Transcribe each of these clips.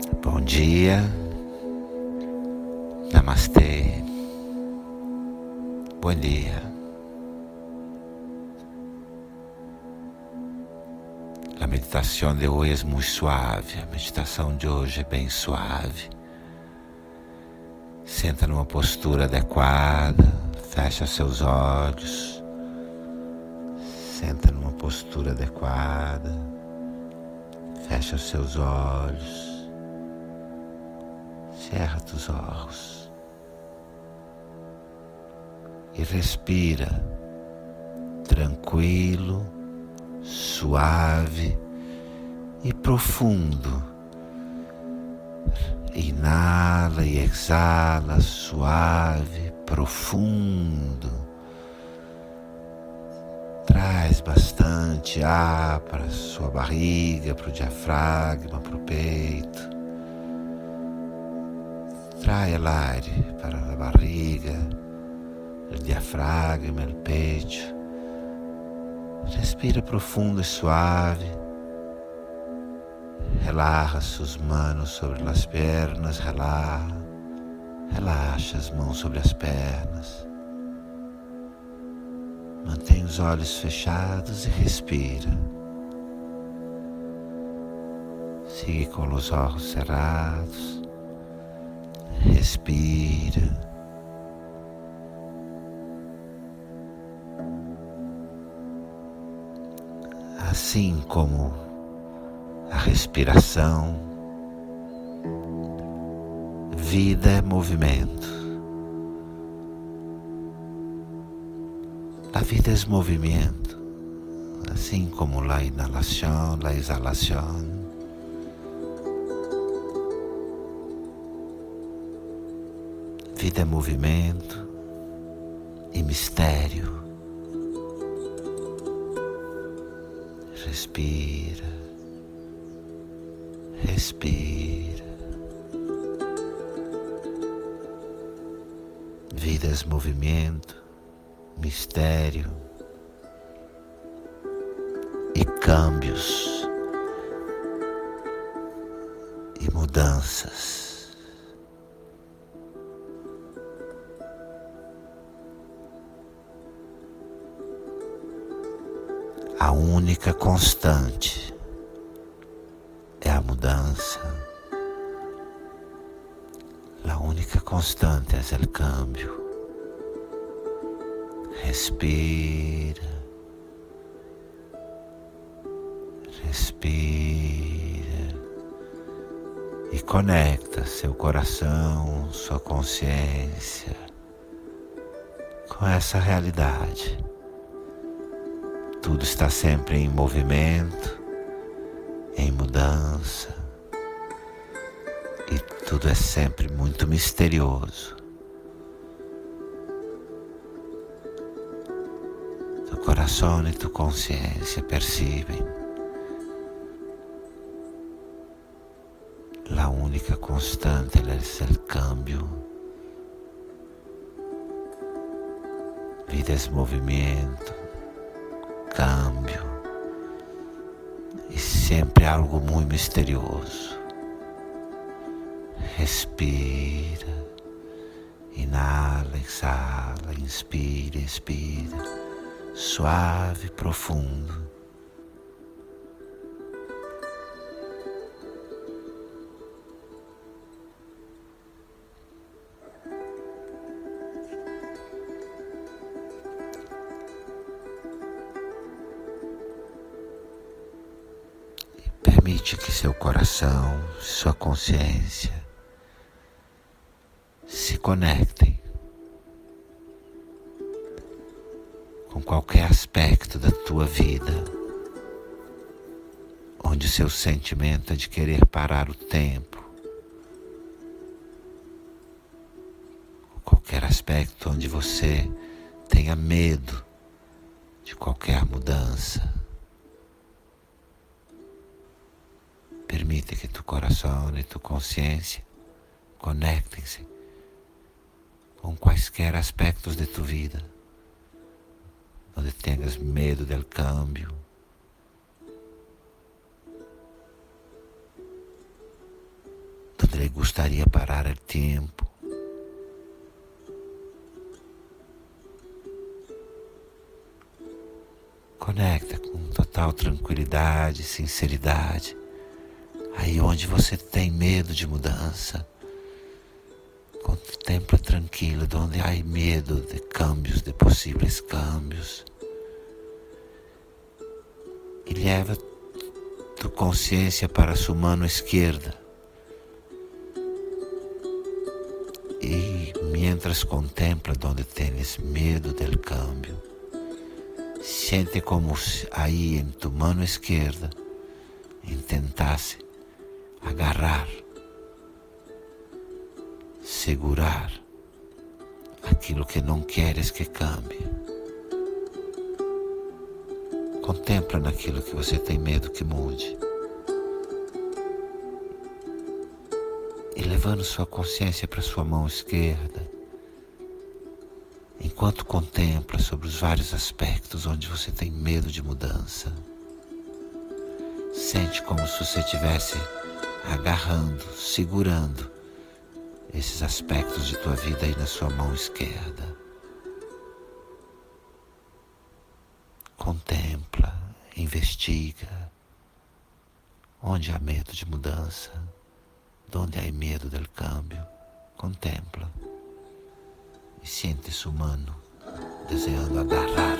Bom dia, Namastê, bom dia. A meditação de hoje é muito suave, a meditação de hoje é bem suave. Senta numa postura adequada, fecha seus olhos. Senta numa postura adequada, fecha os seus olhos, cerra os olhos e respira tranquilo, suave e profundo. Inala e exala, suave, profundo. Traz bastante ar para a sua barriga, para o diafragma, para o peito. Trai o ar para a barriga, o diafragma, o peito. Respira profundo e suave. Relaxa suas mãos sobre as pernas, relaxa as mãos sobre as pernas. Mantém os olhos fechados e respira. Siga com os olhos cerrados. Respira. Assim como a respiração, vida é movimento. A vida é movimento, assim como a inalação, a exalação. Vida é movimento e mistério. Respira, respira. Vida é movimento, mistério e câmbios e mudanças. A única constante é a mudança. A única constante é o câmbio. Respira, respira e conecta seu coração, sua consciência com essa realidade. Tudo está sempre em movimento, em mudança, e tudo é sempre muito misterioso. Tu coração e tu consciência percebem. A única constante é o câmbio. Vida é movimento, câmbio e sempre algo muito misterioso. Respira, inala, exala, inspira, expira, suave, profundo. Permite que seu coração, sua consciência se conectem com qualquer aspecto da tua vida, onde o seu sentimento é de querer parar o tempo, qualquer aspecto onde você tenha medo de qualquer mudança. Permite que tu coração e tu consciência conectem-se com quaisquer aspectos de tu vida, onde tenhas medo del câmbio, le gustaría parar el tiempo. Conecta com total tranquilidade, sinceridade, aí onde você tem medo de mudança. Contempla tranquilo, onde há medo de câmbios, de possíveis câmbios. E leva tu consciência para a sua mão esquerda. E mientras contempla onde tens medo del câmbio, sente como aí em tu mão esquerda intentasse agarrar, segurar aquilo que não queres que cambie. Contempla naquilo que você tem medo que mude. E levando sua consciência para sua mão esquerda, enquanto contempla sobre os vários aspectos onde você tem medo de mudança, sente como se você estivesse agarrando, segurando esses aspectos de tua vida aí na sua mão esquerda. Contempla, investiga onde há medo de mudança, onde há medo del câmbio. Contempla e sente-se humano desejando agarrar.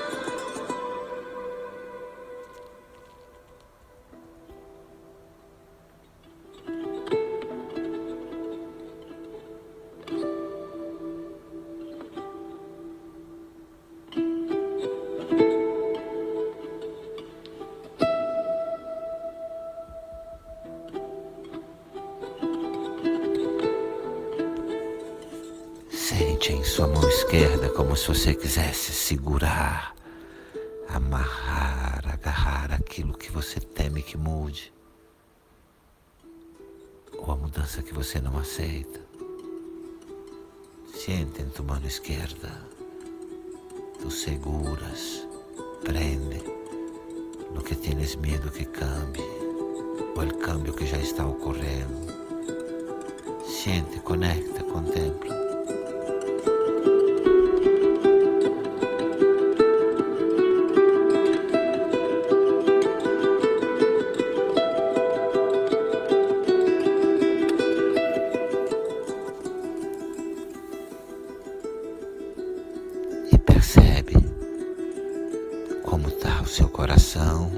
Sente em sua mão esquerda como se você quisesse segurar, amarrar, agarrar aquilo que você teme que mude, ou a mudança que você não aceita. Sente em tua mão esquerda, tu seguras, prende no que tienes medo que cambie, ou o cambio que já está ocorrendo. Sente, conecta, contempla. Percebe como está o seu coração,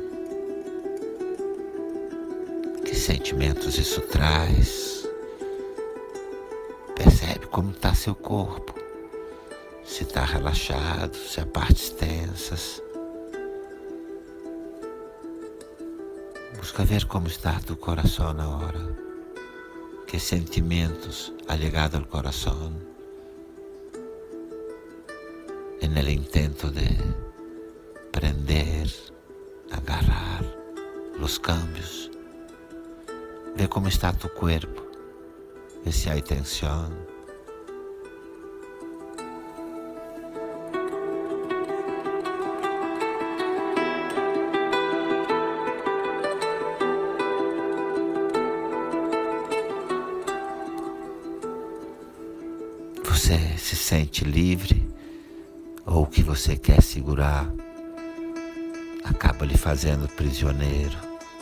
que sentimentos isso traz. Percebe como está seu corpo, se está relaxado, se há partes tensas. Busca ver como está tu coração na hora, que sentimentos ha llegado al corazón en el intento de prender, agarrar los cambios. Ve como está tu cuerpo, ve si hay tensión. Você se sente livre? Ou o que você quer segurar acaba lhe fazendo prisioneiro?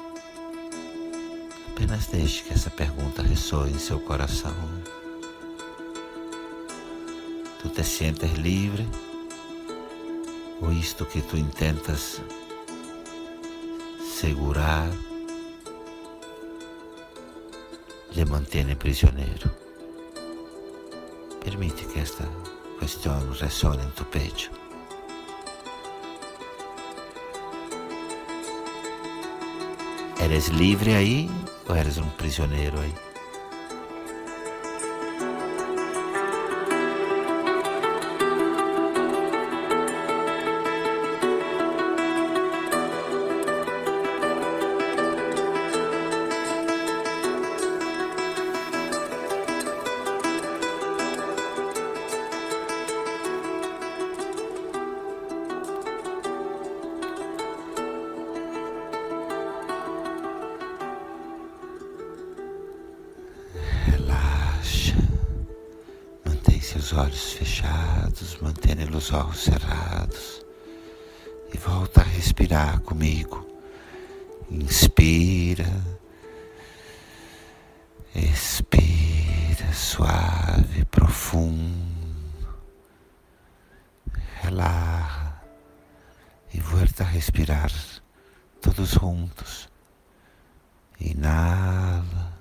Apenas deixe que essa pergunta ressoe em seu coração. Tu te sientes livre? Ou isto que tu intentas segurar lhe mantém prisioneiro? Permite que esta questão ressone em tu pecho. Eres livre aí ou eres um prisioneiro aí? Relaxa. Mantém seus olhos fechados, mantenha os olhos cerrados e volta a respirar comigo. Inspira, expira, suave, profundo. Relaxa e volta a respirar todos juntos. Inala,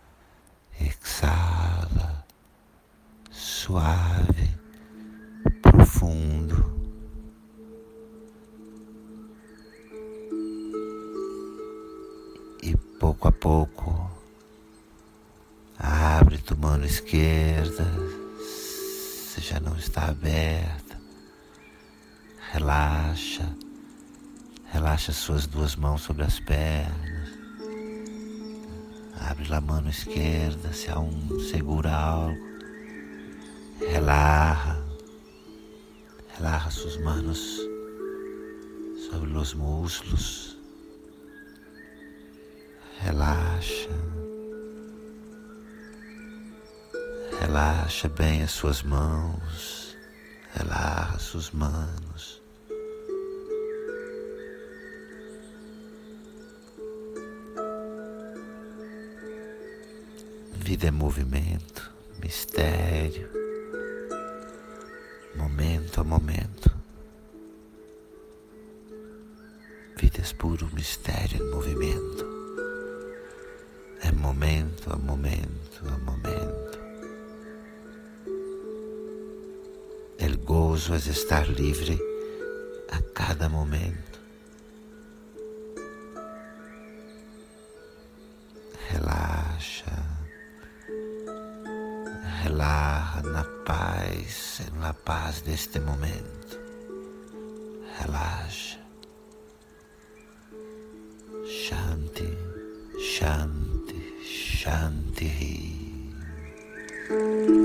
exala, suave, profundo. E pouco a pouco, abre tua mão esquerda, se já não está aberta. Relaxa, relaxa suas duas mãos sobre as pernas. Abre a mão esquerda, se aún segura algo. Relaja, relaja suas manos sobre os muslos. Relaxa, relaxa bem as suas mãos, relaxa suas manos. Vida é movimento, mistério, momento a momento. Vida é puro mistério em movimento. É momento a momento a momento. El gozo é estar livre a cada momento. Relaxa, relaxa na paz deste momento. Relaxa. Shanti, Shanti, Shanti.